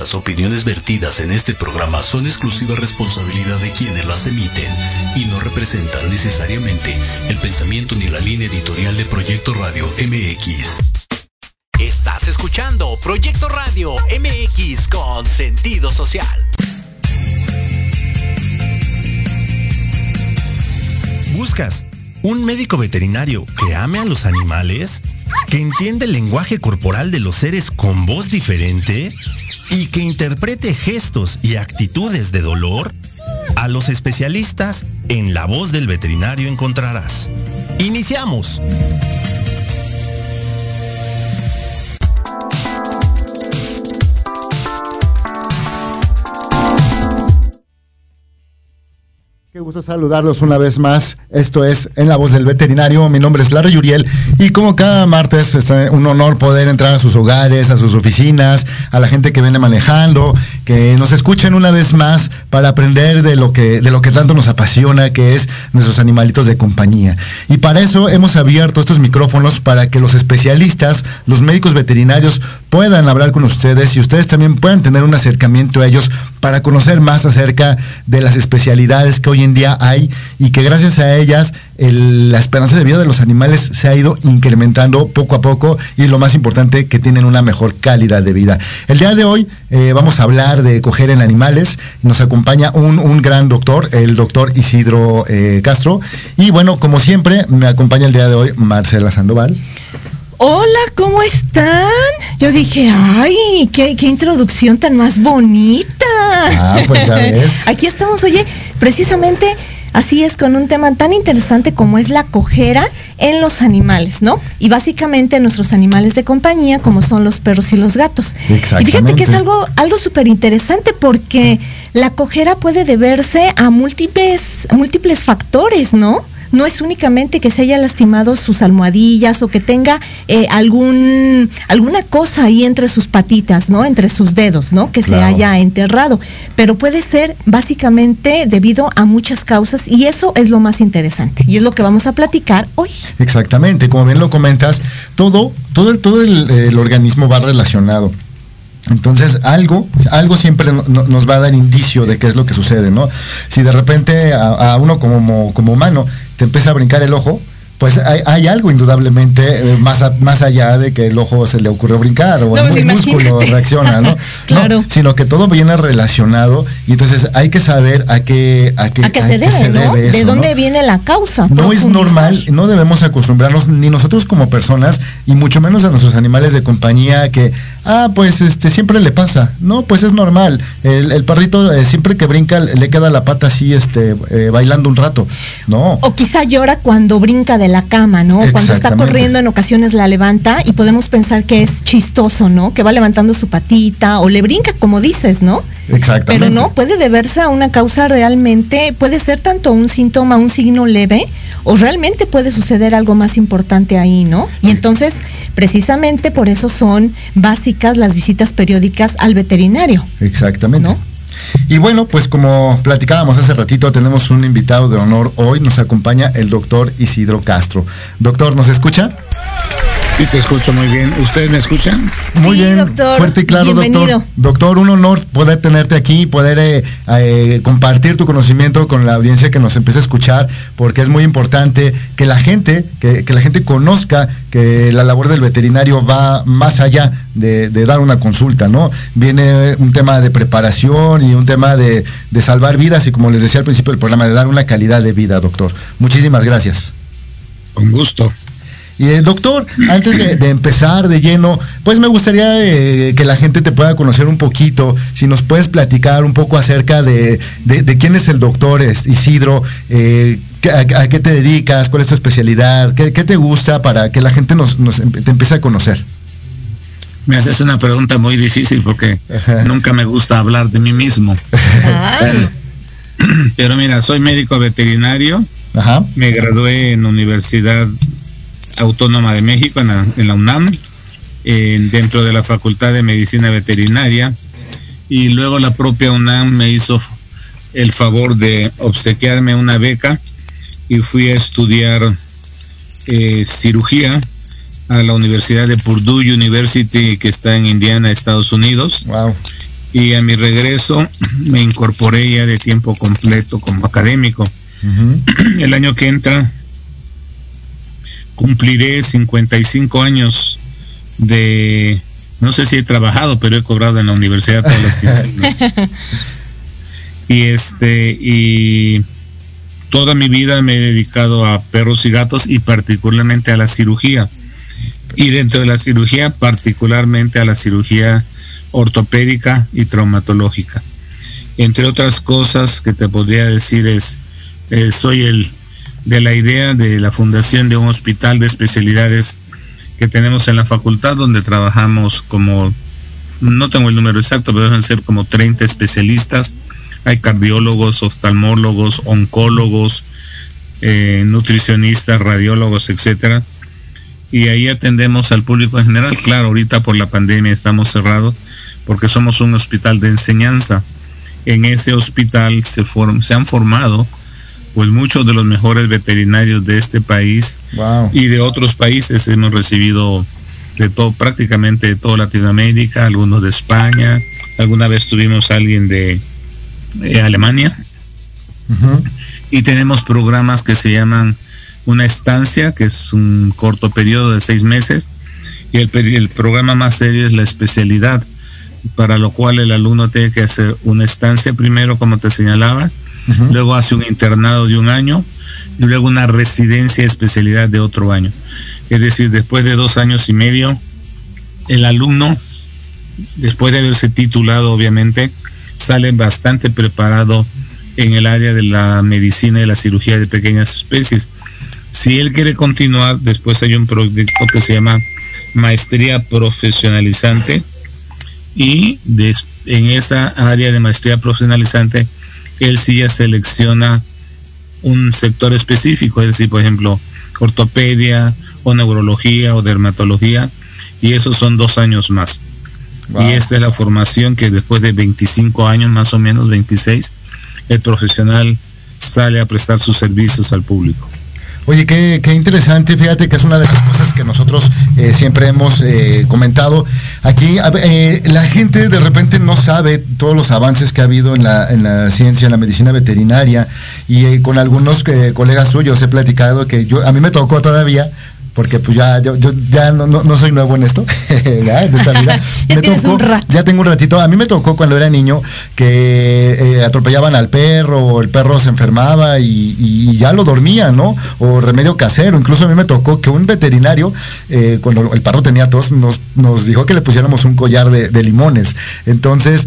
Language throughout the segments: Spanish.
Las opiniones vertidas en este programa son exclusiva responsabilidad de quienes las emiten y no representan necesariamente el pensamiento ni la línea editorial de Proyecto Radio MX. Estás escuchando Proyecto Radio MX con sentido social. ¿Buscas un médico veterinario que ame a los animales? ¿Que entiende el lenguaje corporal de los seres con voz diferente? ¿Y que interprete gestos y actitudes de dolor? A los especialistas en La Voz del Veterinario encontrarás. ¡Iniciamos! Qué gusto saludarlos una vez más. Esto es En la Voz del Veterinario. Mi nombre es Larry Uriel y como cada martes es un honor poder entrar a sus hogares, a sus oficinas, a la gente que viene manejando, que nos escuchen una vez más para aprender de lo que tanto nos apasiona, que es nuestros animalitos de compañía. Y para eso hemos abierto estos micrófonos para que los especialistas, los médicos veterinarios puedan hablar con ustedes y ustedes también puedan tener un acercamiento a ellos para conocer más acerca de las especialidades que hoy en día hay y que gracias a ellas la esperanza de vida de los animales se ha ido incrementando poco a poco y lo más importante, que tienen una mejor calidad de vida. El día de hoy vamos a hablar de coger en animales. Nos acompaña un gran doctor, el doctor Isidro Castro, y bueno, como siempre me acompaña el día de hoy Marcela Sandoval. Hola, ¿cómo están? Yo dije, ay, qué introducción tan más bonita. Pues ya ves. Aquí estamos, oye, precisamente así es, con un tema tan interesante como es la cojera en los animales, ¿no? Y básicamente nuestros animales de compañía, como son los perros y los gatos. Exactamente. Y fíjate que es algo súper interesante porque la cojera puede deberse a múltiples factores, ¿no? No es únicamente que se haya lastimado sus almohadillas o que tenga alguna cosa ahí entre sus patitas, ¿no? Entre sus dedos, ¿no? Que Claro. se haya enterrado. Pero puede ser básicamente debido a muchas causas y eso es lo más interesante. Y es lo que vamos a platicar hoy. Exactamente, como bien lo comentas, todo el organismo va relacionado. Entonces algo siempre nos va a dar indicio de qué es lo que sucede, ¿no? Si de repente a uno como humano te empieza a brincar el ojo, pues hay algo indudablemente más allá de que el ojo se le ocurrió brincar o el músculo reacciona, ¿no? Claro. No, sino que todo viene relacionado y entonces hay que saber a qué se debe, ¿no? eso, ¿de dónde ¿no? viene la causa? No es normal, no debemos acostumbrarnos ni nosotros como personas y mucho menos a nuestros animales de compañía que pues siempre le pasa. No, pues es normal. El perrito siempre que brinca le queda la pata así bailando un rato. No. O quizá llora cuando brinca de la cama, ¿no? Cuando está corriendo en ocasiones la levanta y podemos pensar que es chistoso, ¿no? Que va levantando su patita o le brinca, como dices, ¿no? Exactamente. Pero no, puede deberse a una causa realmente, puede ser tanto un síntoma, un signo leve, o realmente puede suceder algo más importante ahí, ¿no? Y entonces, precisamente por eso son básicas las visitas periódicas al veterinario. Exactamente. ¿No? Y bueno, pues como platicábamos hace ratito, tenemos un invitado de honor hoy. Nos acompaña el doctor Isidro Castro. Doctor, ¿nos escucha? Sí, te escucho muy bien. ¿Ustedes me escuchan? Muy Sí, bien, doctor. fuerte y claro, Bienvenido. doctor. Doctor, un honor poder tenerte aquí, poder compartir tu conocimiento con la audiencia que nos empieza a escuchar, porque es muy importante que la gente conozca que la labor del veterinario va más allá de dar una consulta, ¿no? Viene un tema de preparación y un tema de salvar vidas y, como les decía al principio del programa, de dar una calidad de vida, doctor. Muchísimas gracias. Con gusto. Y doctor, antes de empezar de lleno, pues me gustaría que la gente te pueda conocer un poquito, si nos puedes platicar un poco acerca de quién es el doctor Isidro, a qué te dedicas, cuál es tu especialidad, qué te gusta para que la gente te empiece a conocer. Me haces una pregunta muy difícil porque nunca me gusta hablar de mí mismo. Pero mira, soy médico veterinario. Ajá. Me gradué en la Universidad Autónoma de México, en la UNAM, dentro de la Facultad de Medicina Veterinaria, y luego la propia UNAM me hizo el favor de obsequiarme una beca y fui a estudiar cirugía a la Universidad de Purdue University, que está en Indiana, Estados Unidos. Wow. y a mi regreso me incorporé ya de tiempo completo como académico. El año que entra cumpliré 55 años de, no sé si he trabajado, pero he cobrado en la universidad todas las quincenas. Y toda mi vida me he dedicado a perros y gatos y particularmente a la cirugía. Y dentro de la cirugía, particularmente a la cirugía ortopédica y traumatológica. Entre otras cosas que te podría decir es, soy de la idea de la fundación de un hospital de especialidades que tenemos en la facultad, donde trabajamos como, no tengo el número exacto, pero deben ser como 30 especialistas. Hay cardiólogos, oftalmólogos, oncólogos, nutricionistas, radiólogos, etcétera. Y ahí atendemos al público en general. Claro, ahorita por la pandemia estamos cerrados porque somos un hospital de enseñanza. En ese hospital se han formado pues muchos de los mejores veterinarios de este país. Wow. Y de otros países. Hemos recibido de todo, prácticamente de toda Latinoamérica, algunos de España, alguna vez tuvimos a alguien de Alemania. Y tenemos programas que se llaman una estancia, que es un corto periodo de 6 meses, y el programa más serio es la especialidad, para lo cual el alumno tiene que hacer una estancia primero, como te señalaba, luego hace un internado de 1 año y luego una residencia de especialidad de otro año. Es decir, después de 2 años y medio, el alumno, después de haberse titulado, obviamente, sale bastante preparado en el área de la medicina y la cirugía de pequeñas especies. Si él quiere continuar, después hay un proyecto que se llama Maestría Profesionalizante, y en esa área de maestría profesionalizante él sí ya selecciona un sector específico, es decir, por ejemplo, ortopedia o neurología o dermatología, y esos son 2 años más. Wow. Y esta es la formación que después de 25 años, más o menos 26, el profesional sale a prestar sus servicios al público. Oye, qué interesante. Fíjate que es una de las cosas que nosotros siempre hemos comentado. Aquí la gente de repente no sabe todos los avances que ha habido en la ciencia, en la medicina veterinaria, y con algunos colegas suyos he platicado que a mí me tocó todavía, porque pues yo ya no soy nuevo en esto, de esta vida. Ya tengo un ratito. A mí me tocó cuando era niño que atropellaban al perro, o el perro se enfermaba y ya lo dormían, ¿no? O remedio casero. Incluso a mí me tocó que un veterinario, cuando el perro tenía tos, nos dijo que le pusiéramos un collar de limones. Entonces,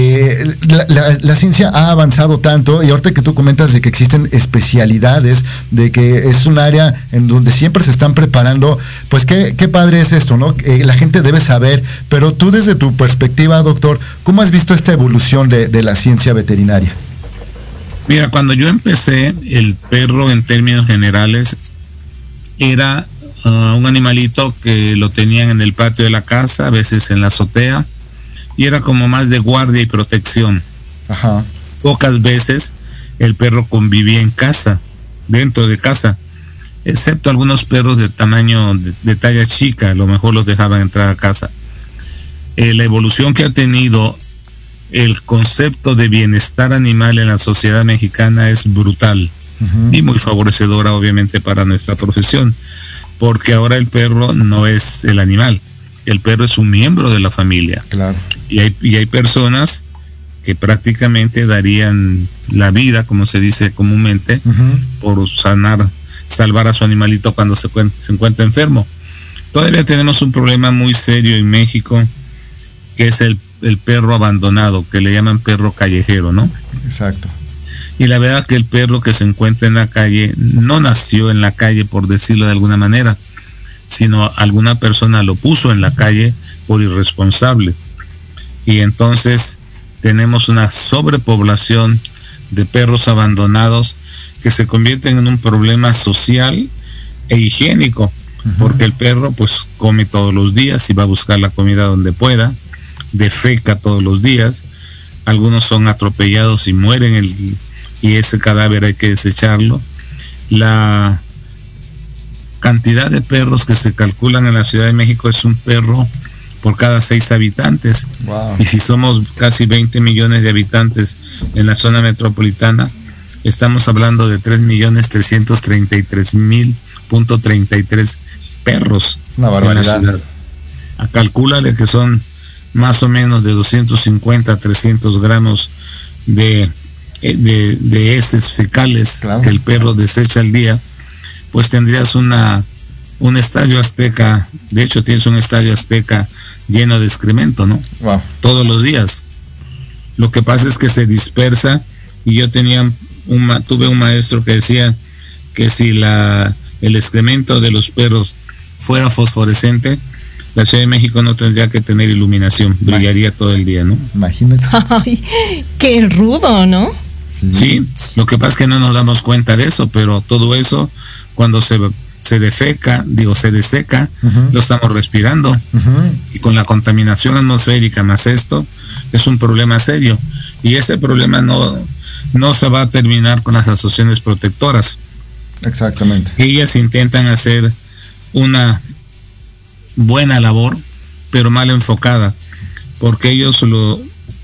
la ciencia ha avanzado tanto, y ahorita que tú comentas de que existen especialidades, de que es un área en donde siempre se están preparando, pues qué padre es esto, ¿no? La gente debe saber, pero tú desde tu perspectiva, doctor, ¿cómo has visto esta evolución de la ciencia veterinaria? Mira, cuando yo empecé, el perro en términos generales era un animalito que lo tenían en el patio de la casa, a veces en la azotea, y era como más de guardia y protección. Ajá. Pocas veces el perro convivía en casa, dentro de casa, excepto algunos perros de tamaño, de talla chica, a lo mejor los dejaban entrar a casa. La evolución que ha tenido el concepto de bienestar animal en la sociedad mexicana es brutal, y muy favorecedora obviamente para nuestra profesión, porque ahora el perro no es el animal, el perro es un miembro de la familia. Claro. Y hay personas que prácticamente darían la vida, como se dice comúnmente, por salvar a su animalito cuando se encuentra enfermo. Todavía tenemos un problema muy serio en México, que es el perro abandonado, que le llaman perro callejero, ¿no? Exacto. Y la verdad que el perro que se encuentra en la calle no nació en la calle, por decirlo de alguna manera, sino alguna persona lo puso en la calle por irresponsable. Y entonces tenemos una sobrepoblación de perros abandonados que se convierten en un problema social e higiénico, porque el perro pues come todos los días y va a buscar la comida donde pueda, defeca todos los días, algunos son atropellados y mueren y ese cadáver hay que desecharlo. La cantidad de perros que se calculan en la Ciudad de México es un perro por cada 6 habitantes. Wow. Y si somos casi 20 millones de habitantes en la zona metropolitana, estamos hablando de 3.333.033 perros. Es una barbaridad. En la ciudad. Calcúlale que son más o menos de 250 a 300 gramos de heces fecales, claro, que el perro desecha al día. Pues tendrías un estadio azteca. De hecho, tienes un estadio azteca lleno de excremento, ¿no? Wow. Todos los días. Lo que pasa es que se dispersa, y yo tuve un maestro que decía que si el excremento de los perros fuera fosforescente, la Ciudad de México no tendría que tener iluminación, brillaría todo el día, ¿no? Imagínate. Ay, qué rudo, ¿no? Sí, lo que pasa es que no nos damos cuenta de eso, pero todo eso, cuando se deseca, lo estamos respirando. Y con la contaminación atmosférica más esto, es un problema serio. Y ese problema no se va a terminar con las asociaciones protectoras. Exactamente. Ellas intentan hacer una buena labor, pero mal enfocada, porque ellos lo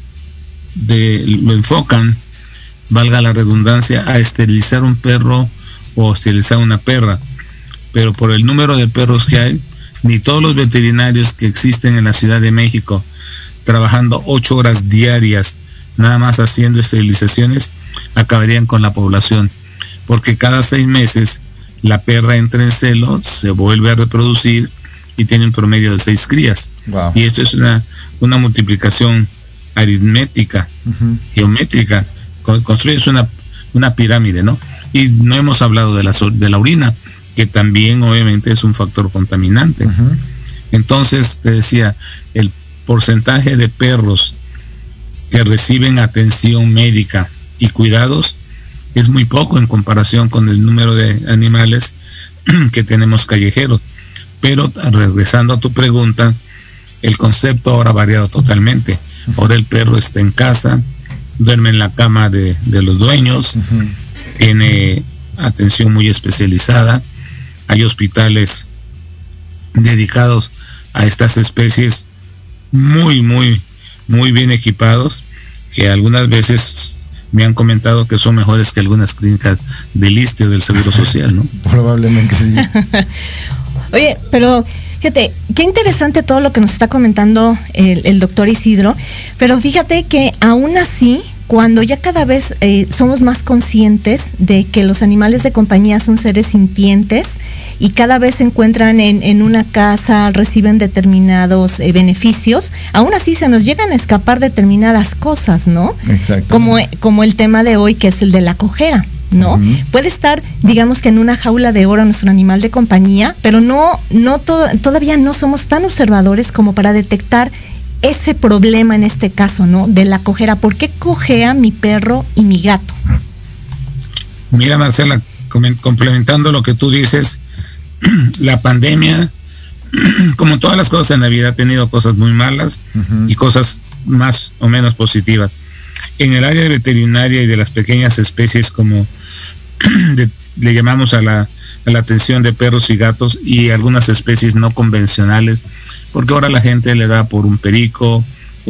enfocan, valga la redundancia, a esterilizar un perro o esterilizar una perra. Pero por el número de perros que hay, ni todos los veterinarios que existen en la Ciudad de México, trabajando 8 horas diarias, nada más haciendo esterilizaciones, acabarían con la población. Porque cada 6 meses la perra entra en celo, se vuelve a reproducir y tiene un promedio de 6 crías. Wow. Y esto es una multiplicación aritmética, geométrica. Construyes una pirámide, ¿no? Y no hemos hablado de la orina, que también obviamente es un factor contaminante. Entonces, te decía, el porcentaje de perros que reciben atención médica y cuidados es muy poco en comparación con el número de animales que tenemos callejeros. Pero regresando a tu pregunta, el concepto ahora ha variado totalmente. Ahora el perro está en casa, duerme en la cama de los dueños, tiene atención muy especializada. Hay hospitales dedicados a estas especies muy, muy, muy bien equipados, que algunas veces me han comentado que son mejores que algunas clínicas del ISSSTE o del Seguro Social, ¿no? Probablemente sí. Oye, pero fíjate, qué interesante todo lo que nos está comentando el doctor Isidro, pero fíjate que aún así, cuando ya cada vez somos más conscientes de que los animales de compañía son seres sintientes y cada vez se encuentran en una casa, reciben determinados beneficios, aún así se nos llegan a escapar determinadas cosas, ¿no? Exacto. Como el tema de hoy, que es el de la cojera, ¿no? Puede estar, digamos que en una jaula de oro nuestro animal de compañía, pero todavía no somos tan observadores como para detectar ese problema en este caso, ¿no? De la cojera. ¿Por qué cojea mi perro y mi gato? Mira, Marcela, complementando lo que tú dices, la pandemia, como todas las cosas en la vida, ha tenido cosas muy malas y cosas más o menos positivas. En el área de veterinaria y de las pequeñas especies, como le llamamos a la atención de perros y gatos y algunas especies no convencionales, porque ahora la gente le da por un perico,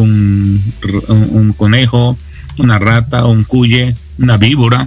un conejo, una rata, un cuye, una víbora.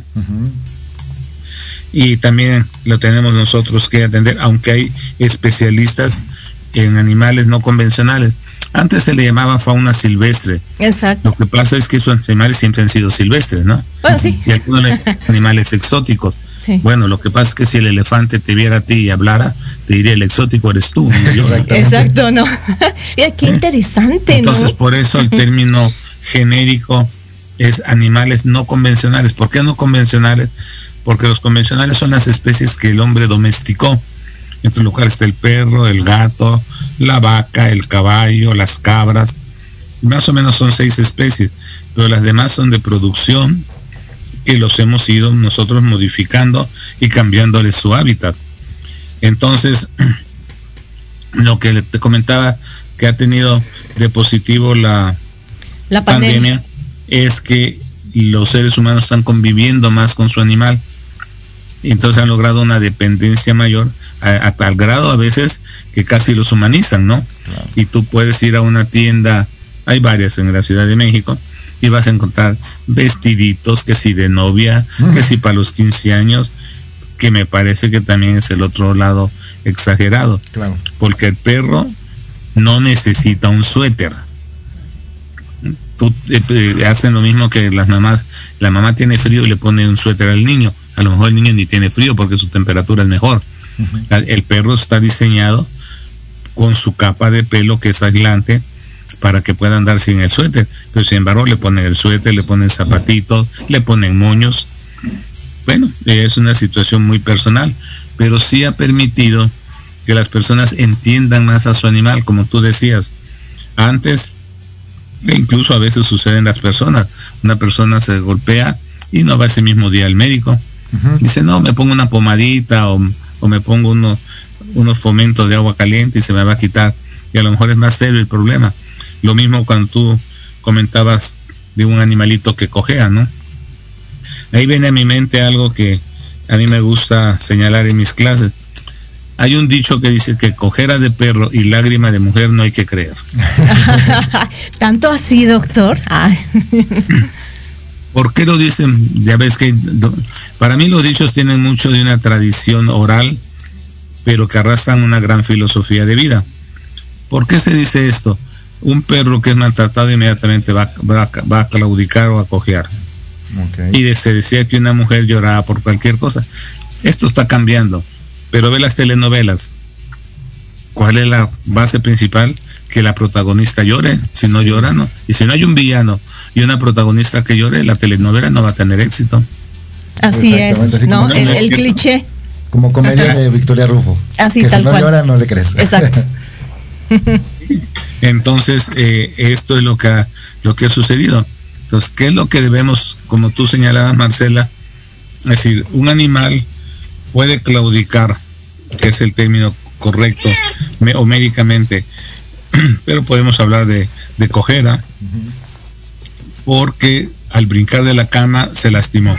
Y también lo tenemos nosotros que atender, aunque hay especialistas en animales no convencionales. Antes se le llamaba fauna silvestre. Exacto. Lo que pasa es que esos animales siempre han sido silvestres, ¿no? Bueno, sí. Y algunos animales exóticos. Sí. Bueno, lo que pasa es que si el elefante te viera a ti y hablara, te diría, el exótico eres tú, no yo. Exacto, ¿no? Qué interesante, Entonces, ¿no? por eso el término genérico es animales no convencionales. ¿Por qué no convencionales? Porque los convencionales son las especies que el hombre domesticó. Entre los cuales está el perro, el gato, la vaca, el caballo, las cabras. Más o menos son 6 especies, pero las demás son de producción, que los hemos ido nosotros modificando y cambiándoles su hábitat. Entonces, lo que te comentaba que ha tenido de positivo la pandemia es que los seres humanos están conviviendo más con su animal. Entonces han logrado una dependencia mayor, a tal grado a veces que casi los humanizan, ¿no? Claro. Y tú puedes ir a una tienda, hay varias en la Ciudad de México, y vas a encontrar vestiditos, que si de novia, que si para los 15 años, que me parece que también es el otro lado exagerado. Claro. Porque el perro no necesita un suéter. Tú hacen lo mismo que las mamás. La mamá tiene frío y le pone un suéter al niño. A lo mejor el niño ni tiene frío porque su temperatura es mejor. El perro está diseñado con su capa de pelo que es aislante para que pueda andar sin el suéter, pero sin embargo le ponen el suéter, le ponen zapatitos, le ponen moños. Bueno, es una situación muy personal, pero sí ha permitido que las personas entiendan más a su animal, como tú decías. Antes, incluso a veces sucede en las personas, una persona se golpea y no va ese mismo día al médico. Dice, no, me pongo una pomadita o me pongo unos fomentos de agua caliente y se me va a quitar. Y a lo mejor es más serio el problema. Lo mismo cuando tú comentabas de un animalito que cojea, ¿no? Ahí viene a mi mente algo que a mí me gusta señalar en mis clases. Hay un dicho que dice que cojera de perro y lágrima de mujer no hay que creer. ¿Tanto así, doctor? Ay. ¿Por qué lo dicen? Ya ves que para mí los dichos tienen mucho de una tradición oral, pero que arrastran una gran filosofía de vida. ¿Por qué se dice esto? Un perro que es maltratado inmediatamente va a claudicar o a cojear. Okay. Y se decía que una mujer lloraba por cualquier cosa. Esto está cambiando, pero ve las telenovelas. ¿Cuál es la base principal? Que la protagonista llore. Si no llora, no. Y si no hay un villano y una protagonista que llore, la telenovela no va a tener éxito. Así es, así ¿no? El cliché. Como comedia de Victoria Rufo. Así, que tal si no cual. llora, no le crees. Exacto. Entonces, esto es lo que ha sucedido. Entonces, ¿qué es lo que debemos, como tú señalabas, Marcela? Es decir, un animal puede claudicar, que es el término correcto, o médicamente, pero podemos hablar de cojera, porque al brincar de la cama se lastimó,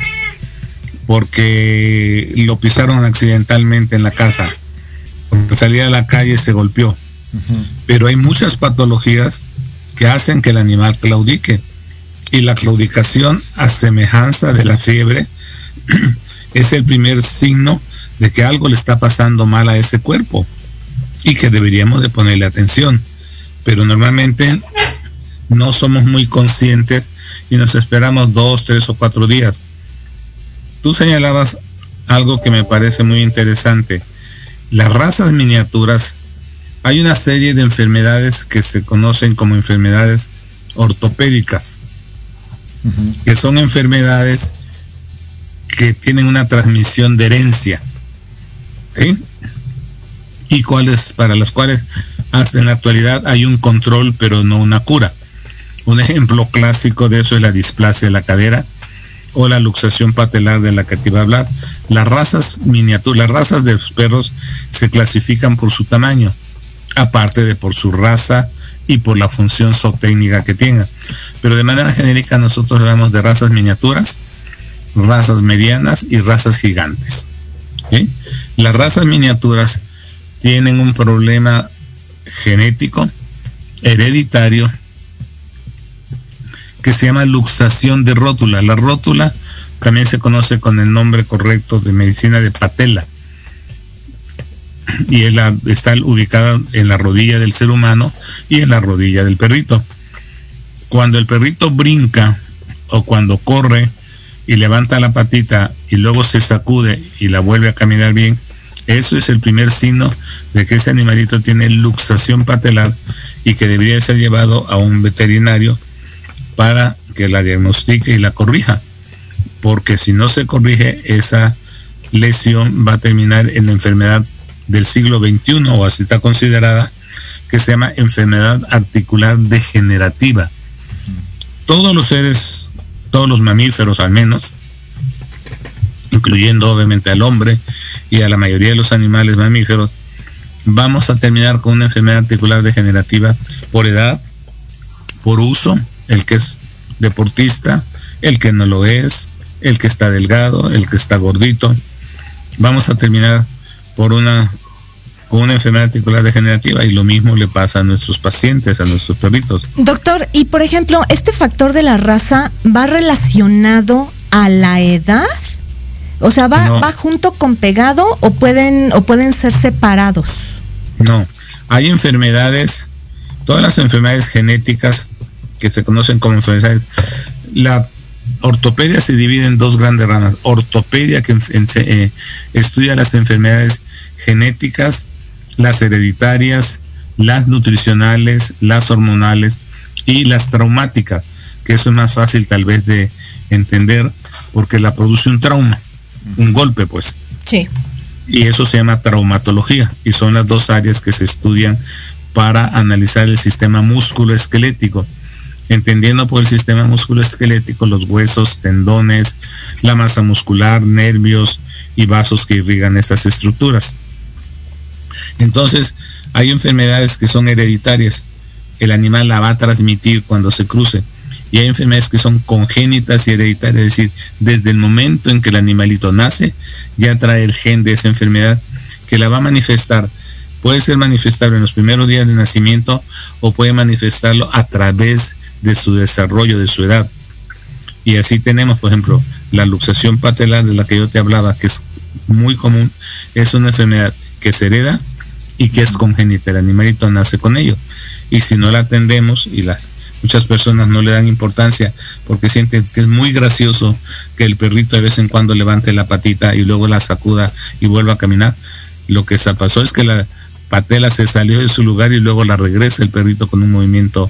porque lo pisaron accidentalmente en la casa, porque salía a la calle y se golpeó. Pero hay muchas patologías que hacen que el animal claudique, y la claudicación, a semejanza de la fiebre, es el primer signo de que algo le está pasando mal a ese cuerpo y que deberíamos de ponerle atención, pero normalmente no somos muy conscientes y nos esperamos 2, 3 o 4 días. Tú señalabas algo que me parece muy interesante. Las razas miniaturas, hay una serie de enfermedades que se conocen como enfermedades ortopédicas, que son enfermedades que tienen una transmisión de herencia, ¿sí? Y para las cuales hasta en la actualidad hay un control pero no una cura. Un ejemplo clásico de eso es la displasia de la cadera o la luxación patelar de la que te iba a hablar. Las razas miniaturas, las razas de los perros se clasifican por su tamaño, aparte de por su raza y por la función zootécnica que tenga. Pero de manera genérica nosotros hablamos de razas miniaturas, razas medianas y razas gigantes. ¿Sí? Las razas miniaturas tienen un problema genético, hereditario, que se llama luxación de rótula. La rótula también se conoce con el nombre correcto de medicina de patela, y está ubicada en la rodilla del ser humano y en la rodilla del perrito. Cuando el perrito brinca o cuando corre y levanta la patita y luego se sacude y la vuelve a caminar bien, eso es el primer signo de que ese animalito tiene luxación patelar y que debería ser llevado a un veterinario para que la diagnostique y la corrija, porque si no se corrige, esa lesión va a terminar en la enfermedad del siglo XXI, o así está considerada, que se llama enfermedad articular degenerativa. Todos los seres, todos los mamíferos al menos, incluyendo obviamente al hombre y a la mayoría de los animales mamíferos, vamos a terminar con una enfermedad articular degenerativa por edad, por uso, el que es deportista, el que no lo es, el que está delgado, el que está gordito. Vamos a terminar por una con una enfermedad articular degenerativa, y lo mismo le pasa a nuestros pacientes, a nuestros perritos. Doctor, y por ejemplo, ¿este factor de la raza va relacionado a la edad? O sea, ¿va junto con pegado o pueden ser separados? No, hay enfermedades, todas las enfermedades genéticas que se conocen como enfermedades, la ortopedia se divide en dos grandes ramas. Ortopedia, que estudia las enfermedades genéticas, las hereditarias, las nutricionales, las hormonales y las traumáticas, que eso es más fácil tal vez de entender porque la produce un trauma, un golpe pues. Sí. Y eso se llama traumatología, y son las dos áreas que se estudian para analizar el sistema músculo-esquelético, entendiendo por el sistema músculo-esquelético los huesos, tendones, la masa muscular, nervios y vasos que irrigan estas estructuras. Entonces, hay enfermedades que son hereditarias, el animal la va a transmitir cuando se cruce, y hay enfermedades que son congénitas y hereditarias, es decir, desde el momento en que el animalito nace, ya trae el gen de esa enfermedad que la va a manifestar. Puede ser manifestable en los primeros días de nacimiento o puede manifestarlo a través de su desarrollo, de su edad. Y así tenemos, por ejemplo, la luxación patelar de la que yo te hablaba, que es muy común, es una enfermedad que se hereda y que es congénita, el animalito nace con ello. Y si no la atendemos, y muchas personas no le dan importancia porque sienten que es muy gracioso que el perrito de vez en cuando levante la patita y luego la sacuda y vuelva a caminar, lo que se pasó es que la patela se salió de su lugar y luego la regresa el perrito con un movimiento,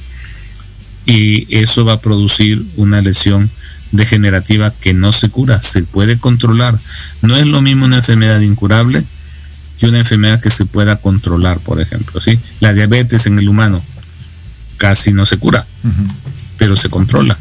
y eso va a producir una lesión degenerativa que no se cura, se puede controlar. No es lo mismo una enfermedad incurable que una enfermedad que se pueda controlar, por ejemplo, ¿sí? La diabetes en el humano casi no se cura, pero se controla.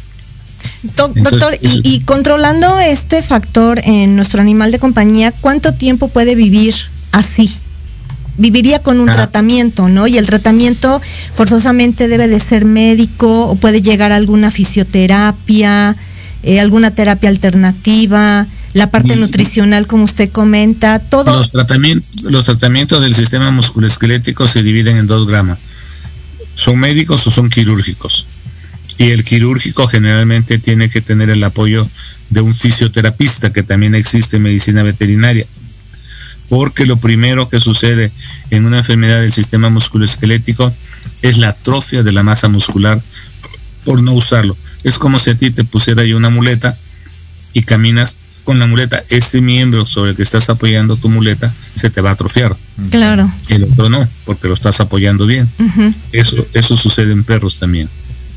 Doctor, y controlando este factor en nuestro animal de compañía, ¿cuánto tiempo puede vivir así? Viviría con un tratamiento, ¿no? Y el tratamiento forzosamente debe de ser médico, o puede llegar a alguna fisioterapia, alguna terapia alternativa, la parte nutricional, como usted comenta, todo. Los tratamientos del sistema musculoesquelético se dividen en dos ramas. ¿Son médicos o son quirúrgicos? Y el quirúrgico generalmente tiene que tener el apoyo de un fisioterapista, que también existe en medicina veterinaria. Porque lo primero que sucede en una enfermedad del sistema musculoesquelético es la atrofia de la masa muscular por no usarlo. Es como si a ti te pusiera ahí una muleta y caminas con la muleta. Ese miembro sobre el que estás apoyando tu muleta se te va a atrofiar. Claro. El otro no, porque lo estás apoyando bien. Eso sucede en perros también.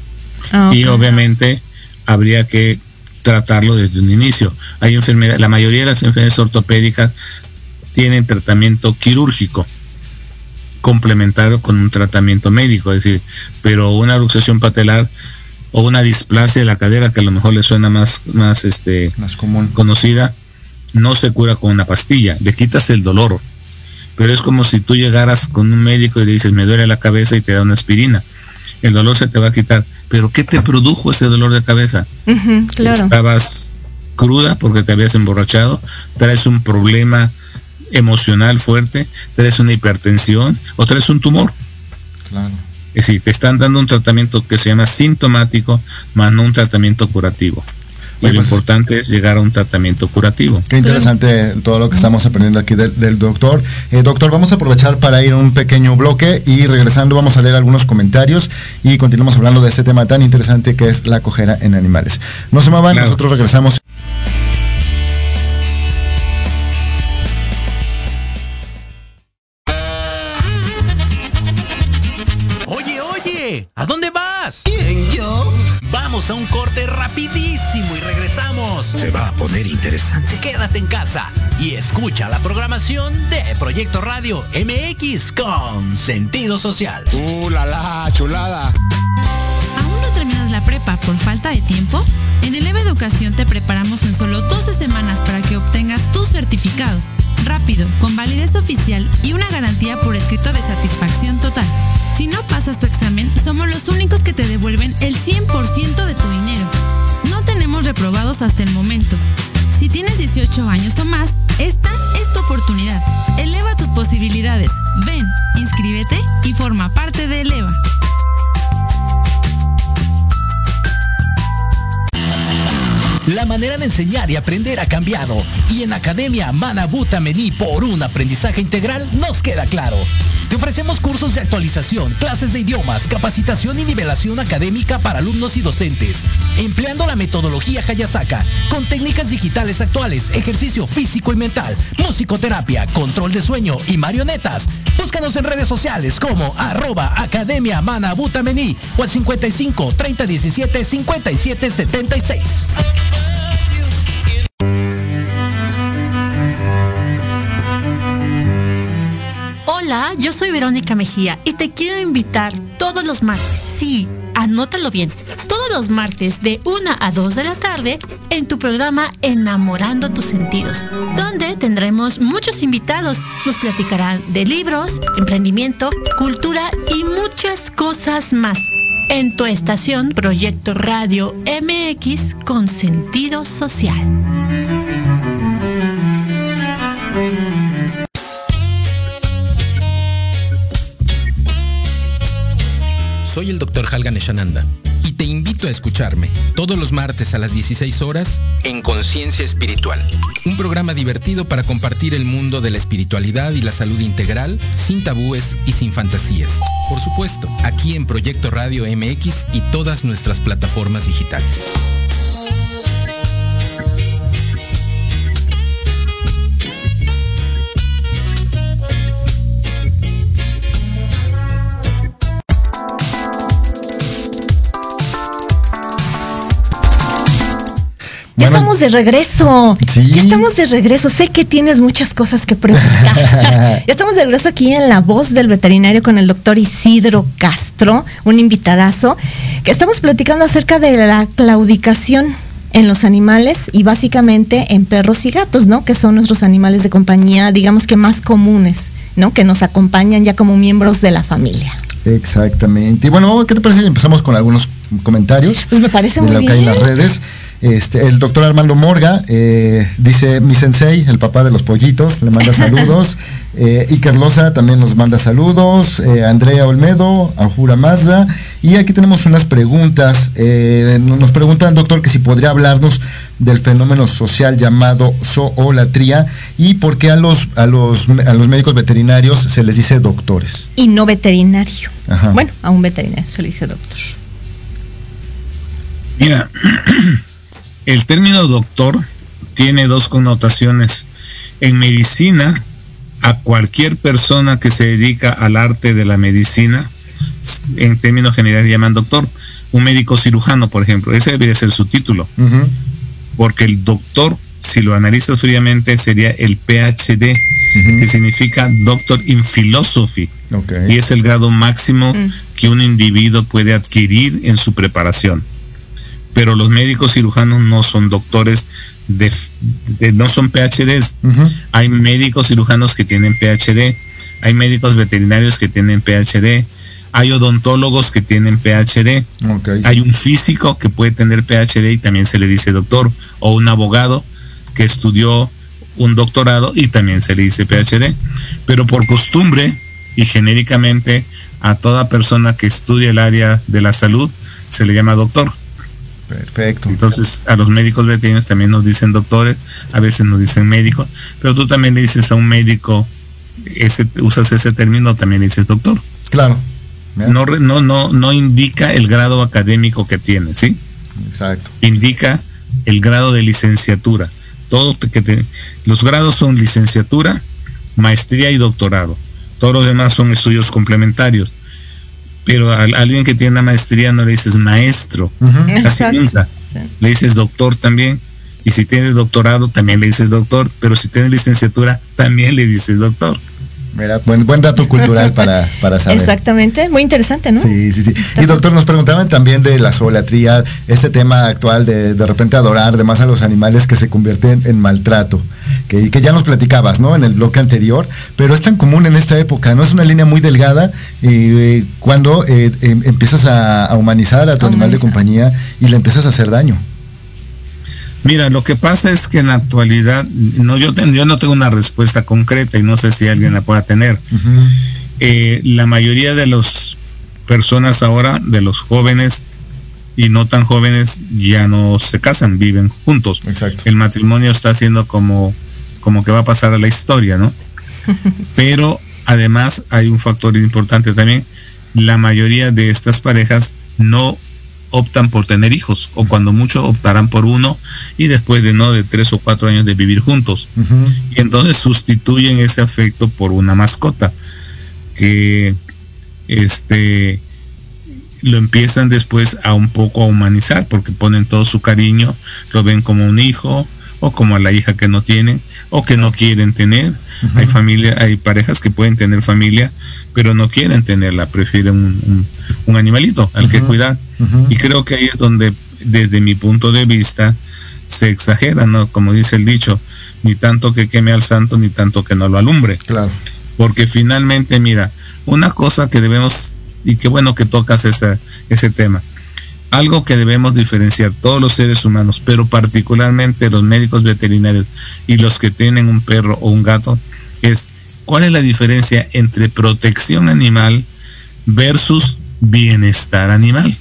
Y obviamente habría que tratarlo desde un inicio. Hay enfermedades, la mayoría de las enfermedades ortopédicas tienen tratamiento quirúrgico complementario con un tratamiento médico, es decir, pero una luxación patelar o una displasia de la cadera, que a lo mejor le suena más común, conocida, no se cura con una pastilla, le quitas el dolor, pero es como si tú llegaras con un médico y le dices, me duele la cabeza, y te da una aspirina. El dolor se te va a quitar, pero ¿qué te produjo ese dolor de cabeza? Claro. Estabas cruda porque te habías emborrachado, traes un problema emocional fuerte, traes una hipertensión o traes un tumor. Claro. Es decir, te están dando un tratamiento que se llama sintomático, más no un tratamiento curativo. Y lo importante es llegar a un tratamiento curativo. Qué interesante todo lo que estamos aprendiendo aquí del doctor. Doctor, vamos a aprovechar para ir a un pequeño bloque, y regresando vamos a leer algunos comentarios y continuamos hablando de este tema tan interesante que es la cojera en animales. No se muevan, nosotros regresamos. ¿A dónde vas? ¿Quién, yo? Vamos a un corte rapidísimo y regresamos. Se va a poner interesante. Quédate en casa y escucha la programación de Proyecto Radio MX con sentido social. La chulada. ¿Aún no terminas la prepa por falta de tiempo? En Eleva Educación te preparamos en solo 12 semanas para que obtengas tu certificado. Rápido, con validez oficial y una garantía por escrito de satisfacción total. Si no pasas tu examen, somos los únicos que te devuelven el 100% de tu dinero. No tenemos reprobados hasta el momento. Si tienes 18 años o más, esta es tu oportunidad. Eleva tus tus posibilidades. Ven, inscríbete y forma parte de Eleva. La manera de enseñar y aprender ha cambiado, y en Academia Manabuta Mení por un aprendizaje integral nos queda claro. Te ofrecemos cursos de actualización, clases de idiomas, capacitación y nivelación académica para alumnos y docentes, empleando la metodología Hayasaka, con técnicas digitales actuales, ejercicio físico y mental, musicoterapia, control de sueño y marionetas. Búscanos en redes sociales como @Academia Manabuta Mení o al 55 30 17 57 76. Hola, yo soy Verónica Mejía y te quiero invitar todos los martes, sí, anótalo bien, todos los martes de 1 a 2 de la tarde en tu programa Enamorando tus Sentidos, donde tendremos muchos invitados. Nos platicarán de libros, emprendimiento, cultura y muchas cosas más. En tu estación Proyecto Radio MX con sentido social. Soy el Dr. Halgan Eshananda y te invito a escucharme todos los martes a las 16 horas en Conciencia Espiritual, un programa divertido para compartir el mundo de la espiritualidad y la salud integral sin tabúes y sin fantasías. Por supuesto, aquí en Proyecto Radio MX y todas nuestras plataformas digitales. Ya estamos de regreso. Sí. Ya estamos de regreso. Sé que tienes muchas cosas que preguntar. Ya estamos de regreso aquí en La Voz del Veterinario con el doctor Isidro Castro, un invitadazo, que estamos platicando acerca de la claudicación en los animales y básicamente en perros y gatos, ¿no? Que son nuestros animales de compañía, digamos que más comunes, ¿no? Que nos acompañan ya como miembros de la familia. Exactamente. Y bueno, ¿qué te parece si empezamos con algunos comentarios? Pues me parece muy de lo que hay en bien. las redes. El doctor Armando Morga dice: mi sensei, el papá de los pollitos, le manda saludos. Iker Loza también nos manda saludos. Andrea Olmedo, Ajura Mazda. Y aquí tenemos unas preguntas. Nos pregunta el doctor que si podría hablarnos del fenómeno social llamado zoolatría y por qué a los médicos veterinarios se les dice doctores. Y no veterinario. Ajá. Bueno, a un veterinario se le dice doctor. Mira, el término doctor tiene dos connotaciones. En medicina, a cualquier persona que se dedica al arte de la medicina, en términos generales llaman doctor. Un médico cirujano, por ejemplo, ese debería ser su título. Uh-huh. Porque el doctor, si lo analizas fríamente, sería el PhD, que significa Doctor in Philosophy. Okay. Y es el grado máximo que un individuo puede adquirir en su preparación. Pero los médicos cirujanos no son doctores, no son PhDs. Uh-huh. Hay médicos cirujanos que tienen PhD, hay médicos veterinarios que tienen PhD, hay odontólogos que tienen PhD, okay. Hay un físico que puede tener PhD y también se le dice doctor, o un abogado que estudió un doctorado y también se le dice PhD. Pero por costumbre y genéricamente a toda persona que estudia el área de la salud se le llama doctor. Perfecto. Entonces a los médicos veterinarios también nos dicen doctores, a veces nos dicen médicos, pero tú también le dices a un médico, usas ese término, también le dices doctor. Claro. No indica el grado académico que tiene, ¿sí? Exacto. Indica el grado de licenciatura. Los grados son licenciatura, maestría y doctorado. Todos los demás son estudios complementarios. Pero a alguien que tiene una maestría no le dices maestro, casi nunca. Sí. Le dices doctor también. Y si tienes doctorado también le dices doctor, pero si tienes licenciatura también le dices doctor. Mira, buen dato cultural para saber. Exactamente, muy interesante, ¿no? Sí. Y doctor, nos preguntaban también de la zoolatría, este tema actual de repente adorar de más a los animales que se convierten en maltrato, que ya nos platicabas, ¿no? En el bloque anterior, pero es tan común en esta época, ¿no? Es una línea muy delgada cuando empiezas a humanizar a tu animal de compañía y le empiezas a hacer daño. Mira, lo que pasa es que en la actualidad, yo no tengo una respuesta concreta y no sé si alguien la pueda tener. La mayoría de las personas ahora, de los jóvenes y no tan jóvenes, ya no se casan, viven juntos. Exacto. El matrimonio está siendo como que va a pasar a la historia, ¿no? Pero además hay un factor importante también. La mayoría de estas parejas no optan por tener hijos, o cuando mucho optarán por uno, y después de 3 o 4 años de vivir juntos. Y entonces sustituyen ese afecto por una mascota que lo empiezan después a un poco a humanizar, porque ponen todo su cariño, lo ven como un hijo o como a la hija que no tienen o que no quieren tener. Hay parejas que pueden tener familia pero no quieren tenerla, prefieren un animalito al que cuidar. Y creo que ahí es donde, desde mi punto de vista, se exagera, ¿no? Como dice el dicho, ni tanto que queme al santo, ni tanto que no lo alumbre. Claro. Porque finalmente, mira, una cosa que debemos, y qué bueno que tocas ese tema, algo que debemos diferenciar todos los seres humanos, pero particularmente los médicos veterinarios y los que tienen un perro o un gato, es cuál es la diferencia entre protección animal versus bienestar animal.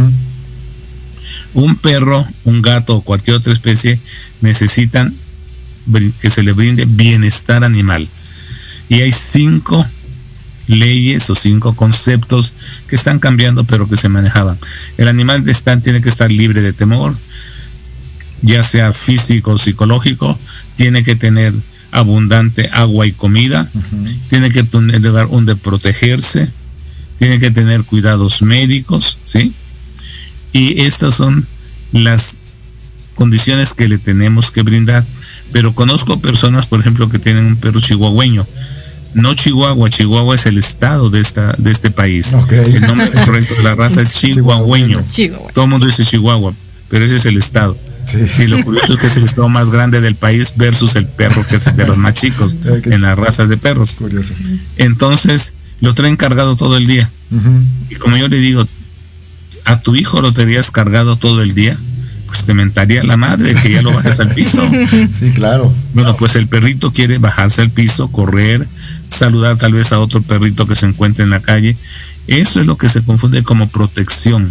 Un perro, un gato o cualquier otra especie necesitan que se le brinde bienestar animal. Y hay 5 leyes o 5 conceptos que están cambiando pero que se manejaban. El animal tiene que estar libre de temor, ya sea físico o psicológico, tiene que tener abundante agua y comida, tiene que tener lugar donde protegerse, tiene que tener cuidados médicos, ¿sí? Y estas son las condiciones que le tenemos que brindar. Pero conozco personas, por ejemplo, que tienen un perro chihuahueño. No Chihuahua, Chihuahua es el estado de este país. El nombre correcto de la raza es chihuahueño. Todo el mundo dice Chihuahua, pero ese es el estado. Sí. Y lo curioso es que es el estado más grande del país versus el perro, que es de los más chicos en las razas de perros. Curioso. Entonces lo traen cargado todo el día. Y como yo le digo, a tu hijo lo tendrías cargado todo el día, pues te mentaría la madre que ya lo bajes al piso. Sí, claro. Bueno, pues el perrito quiere bajarse al piso, correr, saludar tal vez a otro perrito que se encuentre en la calle. Eso es lo que se confunde como protección.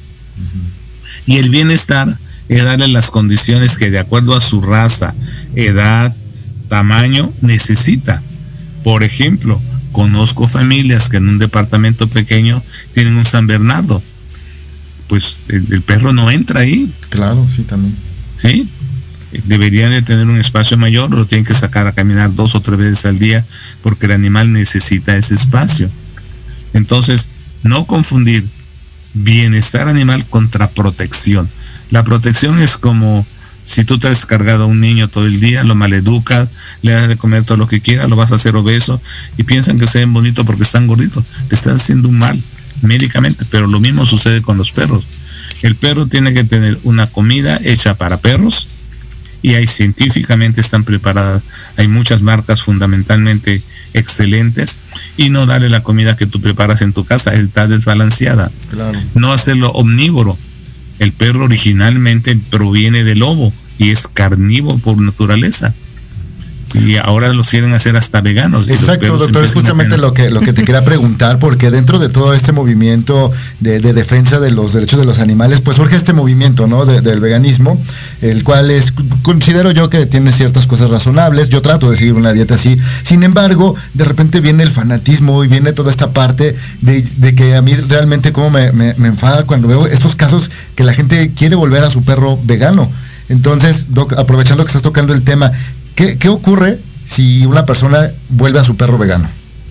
Y el bienestar es darle las condiciones que de acuerdo a su raza, edad, tamaño necesita. Por ejemplo, conozco familias que en un departamento pequeño tienen un San Bernardo. Pues el perro no entra ahí. Claro, sí, también. Sí, deberían de tener un espacio mayor, lo tienen que sacar a caminar 2 o 3 veces al día, porque el animal necesita ese espacio. Entonces, no confundir bienestar animal contra protección. La protección es como si tú te has cargado a un niño todo el día, lo maleducas, le das de comer todo lo que quiera, lo vas a hacer obeso y piensan que se ven bonitos porque están gorditos. Le estás haciendo un mal médicamente, pero lo mismo sucede con los perros. El perro tiene que tener una comida hecha para perros, y ahí científicamente están preparadas. Hay muchas marcas fundamentalmente excelentes, y no darle la comida que tú preparas en tu casa, está desbalanceada. Claro. No hacerlo omnívoro. El perro originalmente proviene del lobo y es carnívoro por naturaleza. Y ahora los quieren hacer hasta veganos. Exacto, doctor, es justamente lo que te quería preguntar, porque dentro de todo este movimiento de defensa de los derechos de los animales, pues surge este movimiento, ¿no? Del veganismo, el cual considero yo que tiene ciertas cosas razonables. Yo trato de seguir una dieta así. Sin embargo, de repente viene el fanatismo y viene toda esta parte de que a mí realmente como me enfada cuando veo estos casos que la gente quiere volver a su perro vegano. Entonces, Doc, aprovechando que estás tocando el tema, ¿qué ocurre si una persona vuelve a su perro vegano?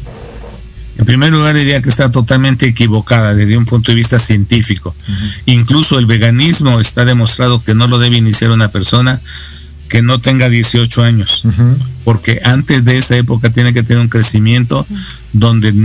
En primer lugar, diría que está totalmente equivocada desde un punto de vista científico. Incluso el veganismo está demostrado que no lo debe iniciar una persona que no tenga 18 años, porque antes de esa época tiene que tener un crecimiento donde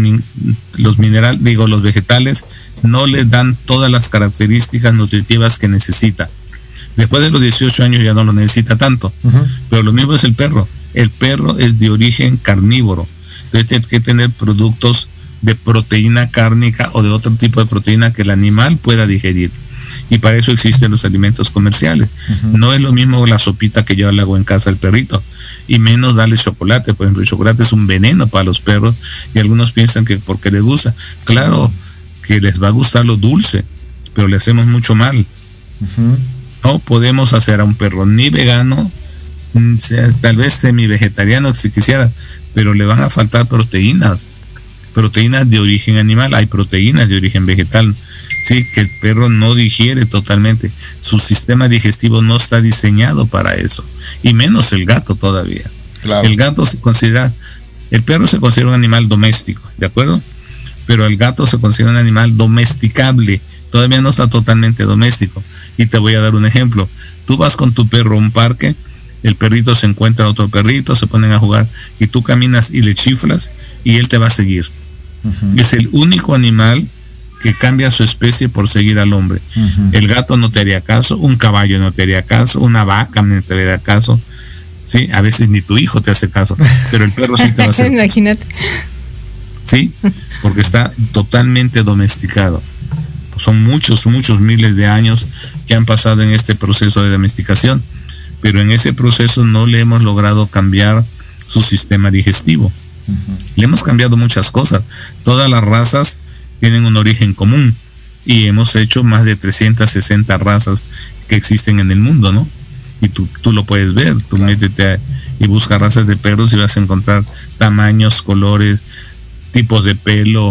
los vegetales no le dan todas las características nutritivas que necesita. Después de los 18 años ya no lo necesita tanto. Pero lo mismo es el perro. El perro es de origen carnívoro. Entonces tiene que tener productos de proteína cárnica o de otro tipo de proteína que el animal pueda digerir. Y para eso existen los alimentos comerciales. No es lo mismo la sopita que yo le hago en casa al perrito, y menos darle chocolate. Por ejemplo, el chocolate es un veneno para los perros, y algunos piensan que porque les gusta. Claro que les va a gustar lo dulce, pero le hacemos mucho mal. No podemos hacer a un perro ni vegano, tal vez semi-vegetariano si quisiera, pero le van a faltar proteínas de origen animal. Hay proteínas de origen vegetal, sí, que el perro no digiere totalmente. Su sistema digestivo no está diseñado para eso, y menos el gato todavía. Claro. El perro se considera un animal doméstico, ¿de acuerdo? Pero el gato se considera un animal domesticable, todavía no está totalmente doméstico. Y te voy a dar un ejemplo. Tú vas con tu perro a un parque, el perrito se encuentra a otro perrito, se ponen a jugar, y tú caminas y le chiflas y él te va a seguir. Es el único animal que cambia su especie por seguir al hombre. El gato no te haría caso, un caballo no te haría caso, una vaca no te haría caso, sí, a veces ni tu hijo te hace caso, pero el perro sí te va a hacer. Imagínate. Sí, porque está totalmente domesticado. Son muchos miles de años que han pasado en este proceso de domesticación, pero en ese proceso no le hemos logrado cambiar su sistema digestivo. Le hemos cambiado muchas cosas. Todas las razas tienen un origen común, y hemos hecho más de 360 razas que existen en el mundo, ¿no? Y tú lo puedes ver. Tú métete y busca razas de perros y vas a encontrar tamaños, colores, tipos de pelo,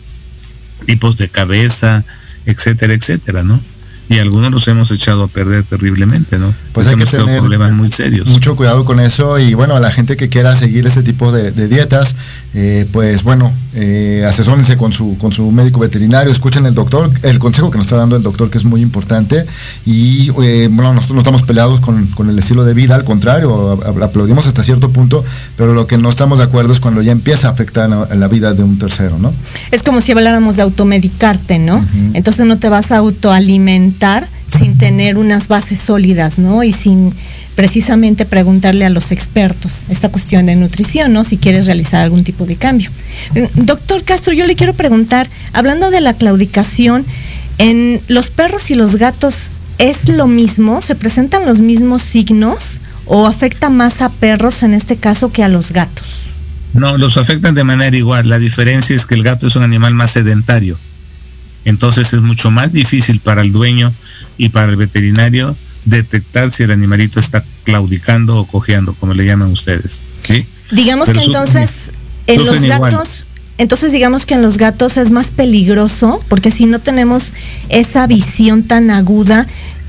tipos de cabeza, etcétera, etcétera, ¿no? Y algunos los hemos echado a perder terriblemente, ¿no? Pues hay que tener problemas muy serios. Mucho cuidado con eso, y bueno, a la gente que quiera seguir ese tipo de dietas, pues bueno, asesórense con su médico veterinario, escuchen el consejo que nos está dando el doctor, que es muy importante. Y bueno, nosotros no estamos peleados con el estilo de vida, al contrario, aplaudimos hasta cierto punto, pero lo que no estamos de acuerdo es cuando ya empieza a afectar a la vida de un tercero, ¿no? Es como si habláramos de automedicarte, ¿no? Entonces no te vas a autoalimentar sin tener unas bases sólidas, ¿no? Y sin precisamente preguntarle a los expertos esta cuestión de nutrición, ¿no? Si quieres realizar algún tipo de cambio. Doctor Castro, yo le quiero preguntar, hablando de la claudicación, ¿en los perros y los gatos es lo mismo? ¿Se presentan los mismos signos o afecta más a perros en este caso que a los gatos? No, los afectan de manera igual. La diferencia es que el gato es un animal más sedentario. Entonces es mucho más difícil para el dueño y para el veterinario detectar si el animalito está claudicando o cojeando, como le llaman ustedes, ¿sí? Digamos que entonces en los gatos, digamos que en los gatos es más peligroso, porque si no tenemos esa visión tan aguda,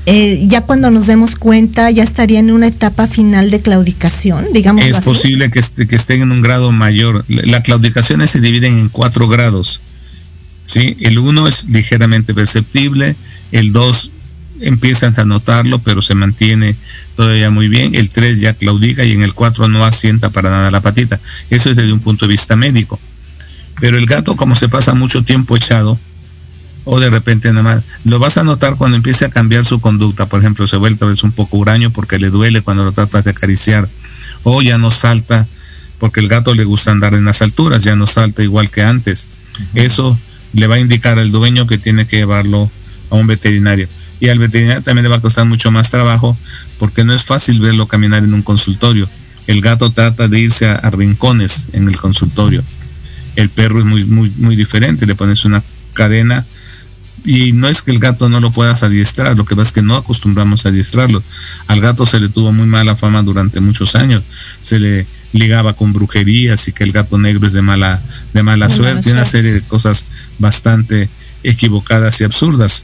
ya cuando nos demos cuenta ya estaría en una etapa final de claudicación, digamos. Es posible que estén en un grado mayor. Las claudicaciones se dividen en 4 grados. ¿Sí? El 1 es ligeramente perceptible, el 2 empiezan a notarlo, pero se mantiene todavía muy bien, el 3 ya claudica, y en el 4 no asienta para nada la patita. Eso es desde un punto de vista médico. Pero el gato, como se pasa mucho tiempo echado, o de repente nada más, lo vas a notar cuando empiece a cambiar su conducta. Por ejemplo, se vuelve tal vez un poco huraño porque le duele cuando lo tratas de acariciar, o ya no salta, porque el gato le gusta andar en las alturas, ya no salta igual que antes. Eso le va a indicar al dueño que tiene que llevarlo a un veterinario. Y al veterinario también le va a costar mucho más trabajo, porque no es fácil verlo caminar en un consultorio. El gato trata de irse a rincones en el consultorio. El perro es muy diferente. Le pones una cadena, y no es que el gato no lo puedas adiestrar, lo que pasa es que no acostumbramos a adiestrarlo. Al gato se le tuvo muy mala fama durante muchos años. Se le ligaba con brujerías y que el gato negro es de mala suerte, una serie de cosas bastante equivocadas y absurdas.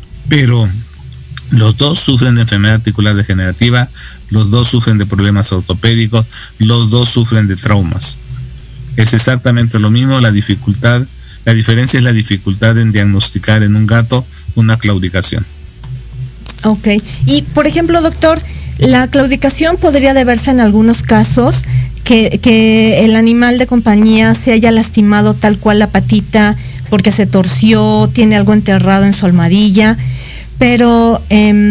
Pero los dos sufren de enfermedad articular degenerativa, los dos sufren de problemas ortopédicos, los dos sufren de traumas. Es exactamente lo mismo. La diferencia es la dificultad en diagnosticar en un gato una claudicación. Ok. Y por ejemplo, doctor, la claudicación podría deberse en algunos casos que el animal de compañía se haya lastimado tal cual la patita porque se torció, tiene algo enterrado en su almohadilla, pero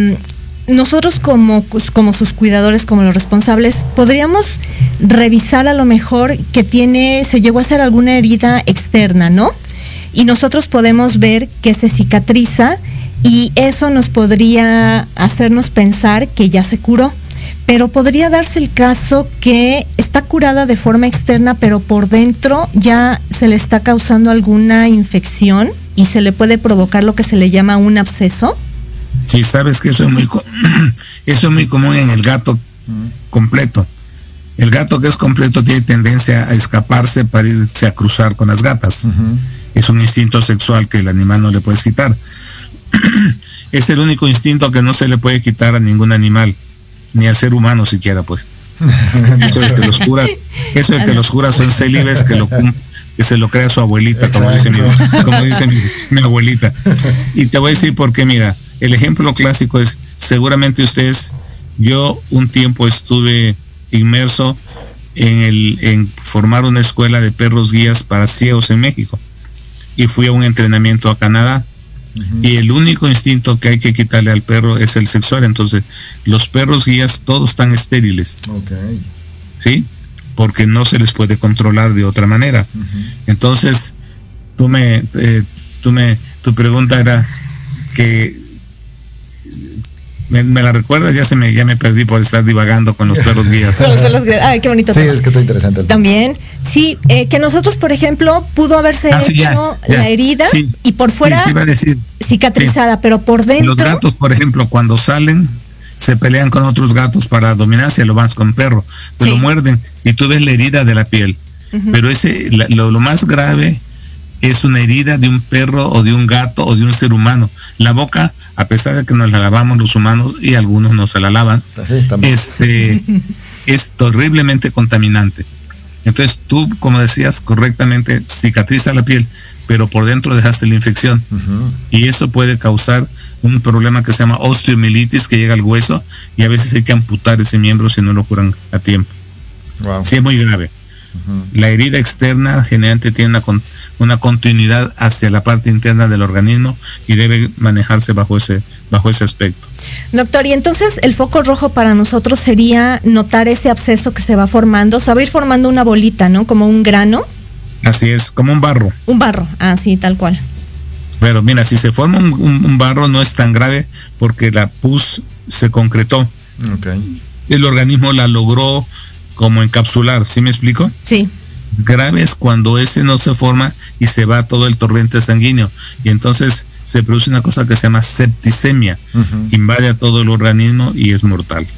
nosotros como sus cuidadores, como los responsables, podríamos revisar a lo mejor que se llegó a hacer alguna herida externa, ¿no? Y nosotros podemos ver que se cicatriza y eso nos podría hacernos pensar que ya se curó. Pero podría darse el caso que está curada de forma externa, pero por dentro ya se le está causando alguna infección y se le puede provocar lo que se le llama un absceso. Sí, sabes que eso es muy común en el gato completo. El gato que es completo tiene tendencia a escaparse para irse a cruzar con las gatas. Es un instinto sexual que el animal no le puedes quitar. Es el único instinto que no se le puede quitar a ningún animal, ni al ser humano siquiera, pues. Eso de que los curas son célibes, que se lo crea su abuelita, como dice mi abuelita. Y te voy a decir por qué. Mira, el ejemplo clásico es, seguramente yo un tiempo estuve inmerso en formar una escuela de perros guías para ciegos en México, y fui a un entrenamiento a Canadá. Y el único instinto que hay que quitarle al perro es el sexual. Entonces, los perros guías todos están estériles. ¿Sí? Porque no se les puede controlar de otra manera. Entonces, tu pregunta era que me la recuerdas, ya me perdí por estar divagando con los perros guías. Ay, qué bonito. Sí, tema. Es que está interesante. También, sí, que nosotros, por ejemplo, pudo haberse hecho la herida y por fuera cicatrizada, pero por dentro. Los gatos, por ejemplo, cuando salen, se pelean con otros gatos para dominarse, lo vas con perro, te lo muerden y tú ves la herida de la piel. Pero lo más grave es una herida de un perro o de un gato o de un ser humano. La boca, a pesar de que nos la lavamos los humanos y algunos no se la lavan, es terriblemente contaminante. Entonces tú, como decías correctamente, cicatriza la piel, pero por dentro dejaste la infección. Y eso puede causar un problema que se llama osteomielitis, que llega al hueso, y a veces hay que amputar ese miembro si no lo curan a tiempo. Sí, es muy grave. La herida externa generalmente tiene una continuidad hacia la parte interna del organismo y debe manejarse bajo ese aspecto. Doctor, y entonces el foco rojo para nosotros sería notar ese absceso que se va formando, se va a ir formando una bolita, ¿no? Como un grano. Así es, como un barro. Un barro, sí, tal cual. Pero mira, si se forma un barro no es tan grave porque la pus se concretó. El organismo la logró como encapsular, ¿sí me explico? Sí. Grave es cuando ese no se forma y se va todo el torrente sanguíneo, y entonces se produce una cosa que se llama septicemia, invade a todo el organismo y es mortal.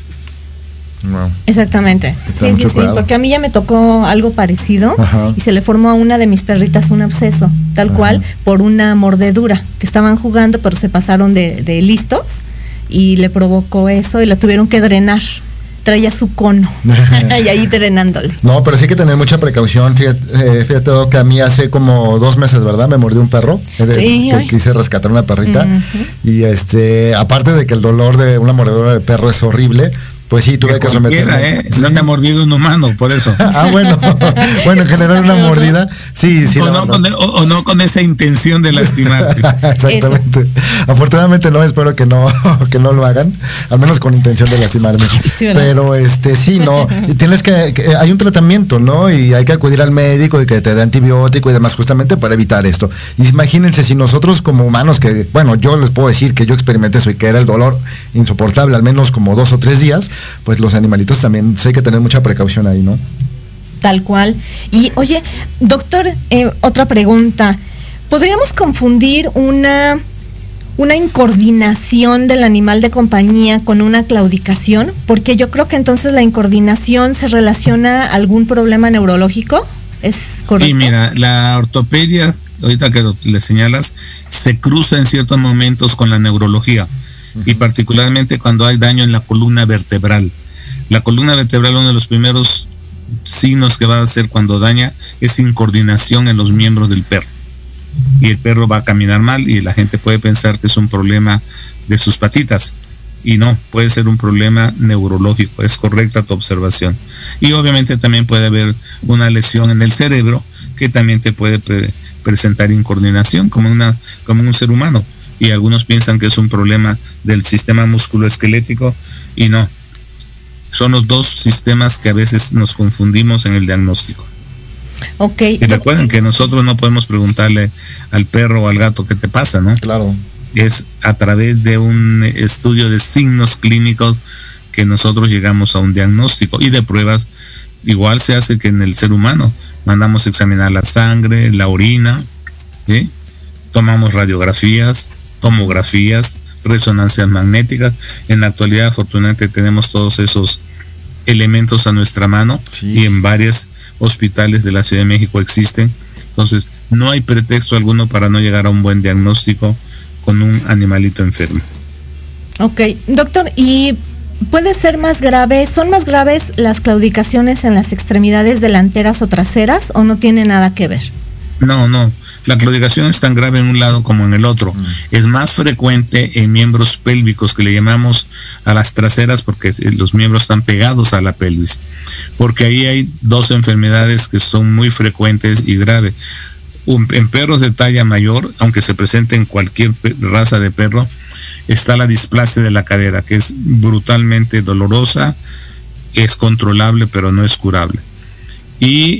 Exactamente. Sí, porque a mí ya me tocó algo parecido y se le formó a una de mis perritas un absceso, tal cual, por una mordedura, que estaban jugando pero se pasaron de listos y le provocó eso y la tuvieron que drenar. Traía su cono y ahí drenándole. No, pero sí hay que tener mucha precaución. Fíjate, Doc, que a mí hace como 2 meses, ¿verdad? Me mordió un perro. Quise rescatar una perrita. Y aparte de que el dolor de una mordedura de perro es horrible, pues sí, tuve que someterme. No te ha mordido un humano, por eso. Bueno, en general una mordida. Sí. O no con esa intención de lastimarte. Exactamente. Eso. Afortunadamente no, espero que no lo hagan, al menos con intención de lastimarme. Sí, pero sí, no, tienes que hay un tratamiento, ¿no? Y hay que acudir al médico y que te dé antibiótico y demás, justamente para evitar esto. Y imagínense si nosotros como humanos, que bueno, yo les puedo decir que yo experimenté eso y que era el dolor insoportable, al menos como 2 o 3 días, pues los animalitos también hay que tener mucha precaución ahí, ¿no? Tal cual. Y oye, doctor, otra pregunta. ¿Podríamos confundir una incoordinación del animal de compañía con una claudicación? Porque yo creo que entonces la incoordinación se relaciona a algún problema neurológico. ¿Es correcto? Sí, mira, la ortopedia, ahorita que le señalas, se cruza en ciertos momentos con la neurología. Y particularmente cuando hay daño en la columna vertebral. La columna vertebral, uno de los primeros signos que va a hacer cuando daña es incoordinación en los miembros del perro. Y el perro va a caminar mal y la gente puede pensar que es un problema de sus patitas. Y no, puede ser un problema neurológico, es correcta tu observación. Y obviamente también puede haber una lesión en el cerebro que también te puede presentar incoordinación como un ser humano. Y algunos piensan que es un problema del sistema musculoesquelético y no. Son los 2 sistemas que a veces nos confundimos en el diagnóstico. Okay. Y recuerden que nosotros no podemos preguntarle al perro o al gato qué te pasa, ¿no? Claro. es a través de un estudio de signos clínicos que nosotros llegamos a un diagnóstico, y de pruebas igual se hace que en el ser humano. Mandamos examinar la sangre, la orina, ¿sí? Tomamos radiografías, tomografías, resonancias magnéticas. En la actualidad, afortunadamente, tenemos todos esos elementos a nuestra mano, sí, y en varios hospitales de la Ciudad de México existen. Entonces, no hay pretexto alguno para no llegar a un buen diagnóstico con un animalito enfermo. Ok, doctor, ¿y puede ser más grave? ¿Son más graves las claudicaciones en las extremidades delanteras o traseras, o no tiene nada que ver? No, la claudicación es tan grave en un lado como en el otro. Es más frecuente en miembros pélvicos, que le llamamos a las traseras, porque los miembros están pegados a la pelvis, porque ahí hay dos enfermedades que son muy frecuentes y graves. En perros de talla mayor, aunque se presente en cualquier raza de perro, está la displasia de la cadera, que es brutalmente dolorosa, es controlable pero no es curable. Y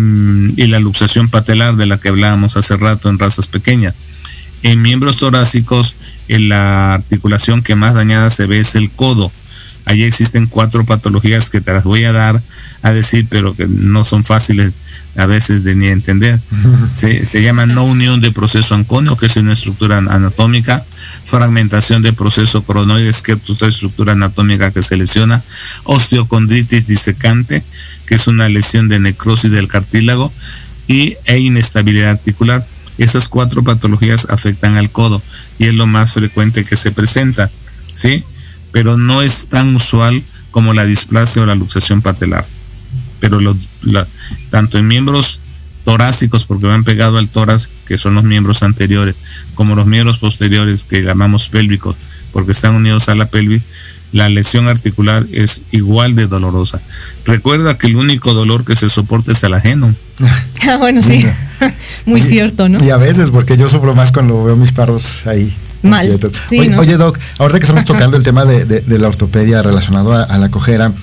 la luxación patelar, de la que hablábamos hace rato en razas pequeñas. En miembros torácicos, la articulación que más dañada se ve es el codo. Allí existen 4 patologías que te las voy a dar a decir, pero que no son fáciles a veces de ni entender. Se llama no unión de proceso ancóneo, que es una estructura anatómica; fragmentación de proceso coronoides, que es otra estructura anatómica que se lesiona; osteocondritis disecante, que es una lesión de necrosis del cartílago; e inestabilidad articular. Esas 4 patologías afectan al codo y es lo más frecuente que se presenta, ¿sí? Pero no es tan usual como la displasia o la luxación patelar. Pero tanto en miembros torácicos, porque van pegados al tórax, que son los miembros anteriores, como los miembros posteriores, que llamamos pélvicos, porque están unidos a la pelvis, la lesión articular es igual de dolorosa. Recuerda que el único dolor que se soporta es el ajeno. Ah, bueno, sí. Muy cierto, ¿no? Y a veces, porque yo sufro más cuando veo mis perros ahí. Mal. Sí, oye, ¿no? Oye, Doc, ahorita que estamos tocando el tema de la ortopedia relacionado a la cojera,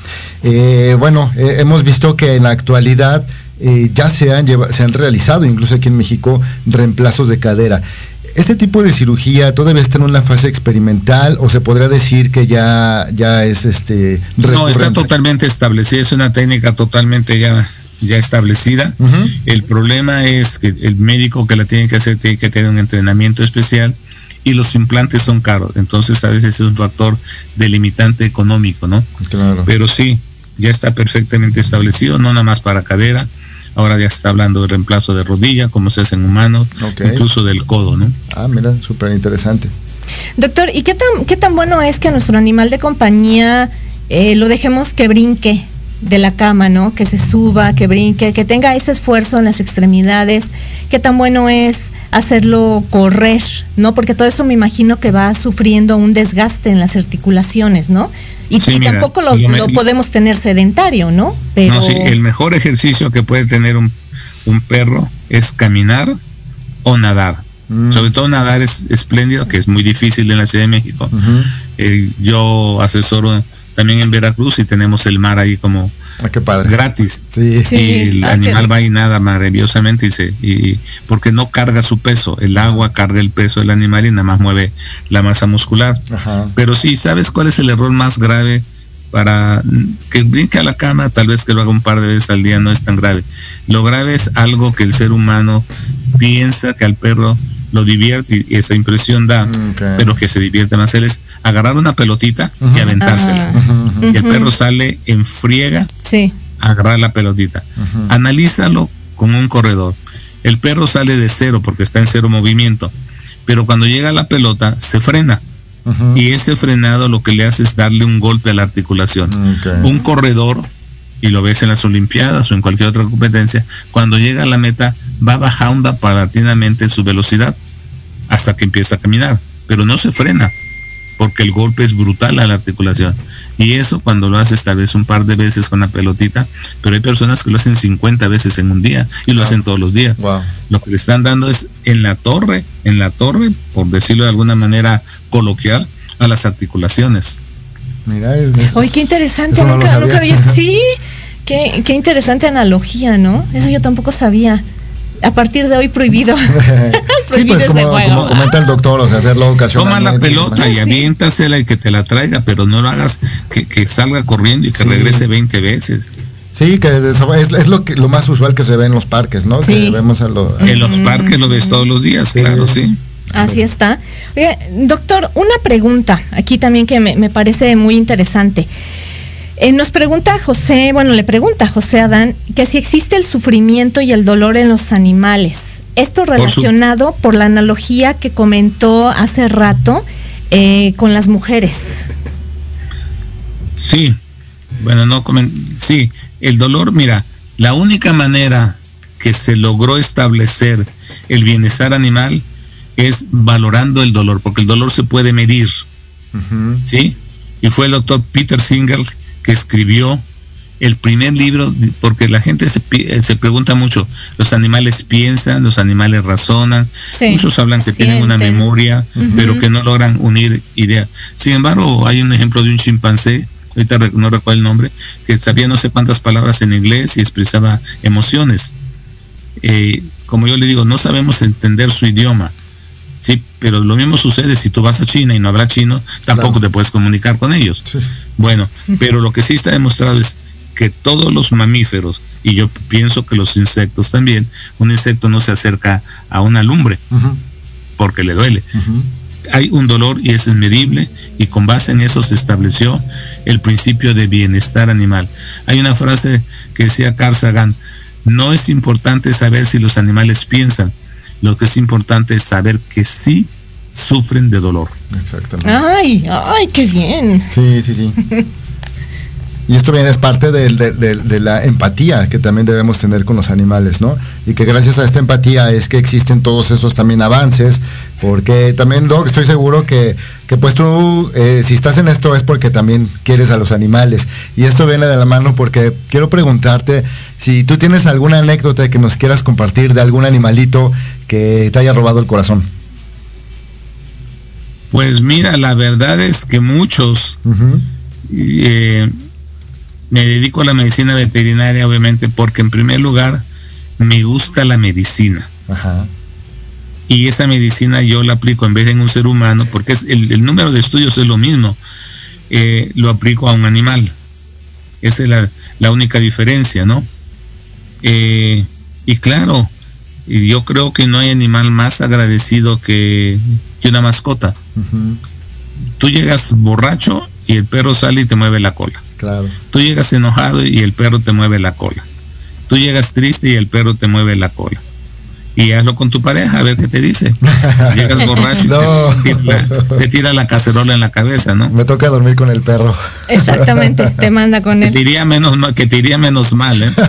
hemos visto que en la actualidad ya se han realizado, incluso aquí en México, reemplazos de cadera. ¿Este tipo de cirugía todavía está en una fase experimental, o se podría decir que ya es recurrente? No, está totalmente establecida, es una técnica totalmente ya establecida. Uh-huh. El problema es que el médico que la tiene que hacer tiene que tener un entrenamiento especial, y los implantes son caros, entonces a veces es un factor delimitante económico, ¿no? Claro. Pero sí, ya está perfectamente establecido, no nada más para cadera. Ahora ya se está hablando de reemplazo de rodilla, como se hace en humanos, incluso del codo, ¿no? Ah, mira, súper interesante. Doctor, ¿y qué tan bueno es que a nuestro animal de compañía lo dejemos que brinque de la cama, ¿no? Que se suba, que brinque, que tenga ese esfuerzo en las extremidades? ¿Qué tan bueno es hacerlo correr, ¿no? Porque todo eso me imagino que va sufriendo un desgaste en las articulaciones, ¿no? Y tampoco lo podemos tener sedentario, ¿no? Pero... No, sí, el mejor ejercicio que puede tener un perro es caminar o nadar. Sobre todo nadar es espléndido, que es muy difícil en la Ciudad de México. Uh-huh. Yo asesoro también en Veracruz y tenemos el mar ahí como qué padre. Gratis. Sí. Y el animal va y nada maravillosamente y porque no carga su peso, el agua carga el peso del animal y nada más mueve la masa muscular. Ajá. Pero sí, ¿sabes cuál es el error más grave? Para que brinque a la cama, tal vez que lo haga un par de veces al día, no es tan grave. Lo grave es algo que el ser humano piensa que al perro lo divierte, y esa impresión da, pero que se divierte más él, es agarrar una pelotita y aventársela. Y el perro sale en friega a agarrar la pelotita. Analízalo con un corredor. El perro sale de cero porque está en cero movimiento, pero cuando llega a la pelota se frena. Y ese frenado lo que le hace es darle un golpe a la articulación. Un corredor, y lo ves en las Olimpiadas o en cualquier otra competencia, cuando llega a la meta va bajando paulatinamente su velocidad hasta que empieza a caminar, pero no se frena porque el golpe es brutal a la articulación. Y eso cuando lo haces tal vez un par de veces con la pelotita, pero hay personas que lo hacen 50 veces en un día y lo hacen todos los días. Lo que le están dando es en la torre, por decirlo de alguna manera coloquial, a las articulaciones. Mira, oye, qué interesante, nunca había. Sí, qué interesante analogía, ¿no? Eso yo tampoco sabía. A partir de hoy prohibido. prohibido pues ese juego. como comenta el doctor, o sea, hacerlo ocasionalmente. Toma la pelota y aviéntasela y que te la traiga, pero no lo hagas que salga corriendo y que regrese 20 veces. Sí, que es lo más usual que se ve en los parques, ¿no? Sí. Que vemos en los parques lo ves todos los días, claro, sí. Así está. Oye, doctor, una pregunta aquí también que me parece muy interesante. Nos pregunta le pregunta a José Adán que si existe el sufrimiento y el dolor en los animales. Esto relacionado por la analogía que comentó hace rato con las mujeres. Sí, bueno, sí, el dolor, mira, la única manera que se logró establecer el bienestar animal es valorando el dolor, porque el dolor se puede medir, ¿sí? Y fue el doctor Peter Singer que escribió el primer libro, porque la gente se pregunta mucho, los animales piensan, los animales razonan, muchos hablan que tienen una memoria, pero que no logran unir ideas. Sin embargo, hay un ejemplo de un chimpancé, ahorita no recuerdo el nombre, que sabía no sé cuántas palabras en inglés y expresaba emociones. Como yo le digo, no sabemos entender su idioma, sí, pero lo mismo sucede si tú vas a China y no hablas chino, tampoco te puedes comunicar con ellos. Sí. Bueno, pero lo que sí está demostrado es que todos los mamíferos, y yo pienso que los insectos también, un insecto no se acerca a una lumbre porque le duele. Hay un dolor y es medible, y con base en eso se estableció el principio de bienestar animal. Hay una frase que decía Carl Sagan: no es importante saber si los animales piensan, lo que es importante es saber que sí sufren de dolor. Exactamente. Ay, qué bien. Sí. Y esto bien es parte de la empatía que también debemos tener con los animales, ¿no? Y que gracias a esta empatía es que existen todos esos también avances, porque también, Doc, estoy seguro que pues tú, si estás en esto es porque también quieres a los animales. Y esto viene de la mano porque quiero preguntarte si tú tienes alguna anécdota que nos quieras compartir de algún animalito que te haya robado el corazón. Pues mira, la verdad es que muchos... me dedico a la medicina veterinaria, obviamente, porque en primer lugar me gusta la medicina. Y esa medicina yo la aplico en vez de en un ser humano, porque es el número de estudios es lo mismo. Lo aplico a un animal. Esa es la única diferencia, ¿no? Y claro, yo creo que no hay animal más agradecido que una mascota. Tú llegas borracho y el perro sale y te mueve la cola. Claro. Tú llegas enojado y el perro te mueve la cola. Tú llegas triste y el perro te mueve la cola. Y hazlo con tu pareja, a ver qué te dice. Llegas borracho y te tira la cacerola en la cabeza, ¿no? Me toca dormir con el perro. Exactamente, te manda con él. Que te iría menos mal, ¿eh?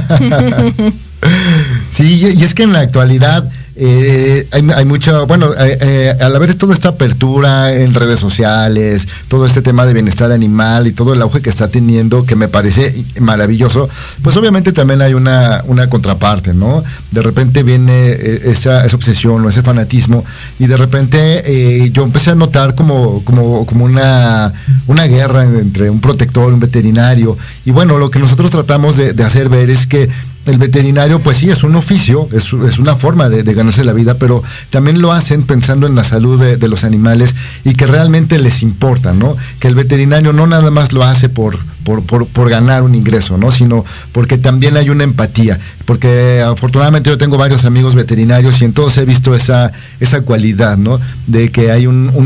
Sí, y es que en la actualidad hay mucho, al haber toda esta apertura en redes sociales, todo este tema de bienestar animal y todo el auge que está teniendo, que me parece maravilloso, pues obviamente también hay una contraparte, ¿no? De repente viene esa obsesión o ese fanatismo, y de repente yo empecé a notar como una guerra entre un protector y un veterinario. Y bueno, lo que nosotros tratamos de hacer ver es que el veterinario, pues sí, es un oficio, es una forma de ganarse la vida, pero también lo hacen pensando en la salud de los animales, y que realmente les importa, ¿no? Que el veterinario no nada más lo hace por ganar un ingreso, ¿no? Sino porque también hay una empatía, porque afortunadamente yo tengo varios amigos veterinarios y en todos he visto esa cualidad, ¿no? De que hay un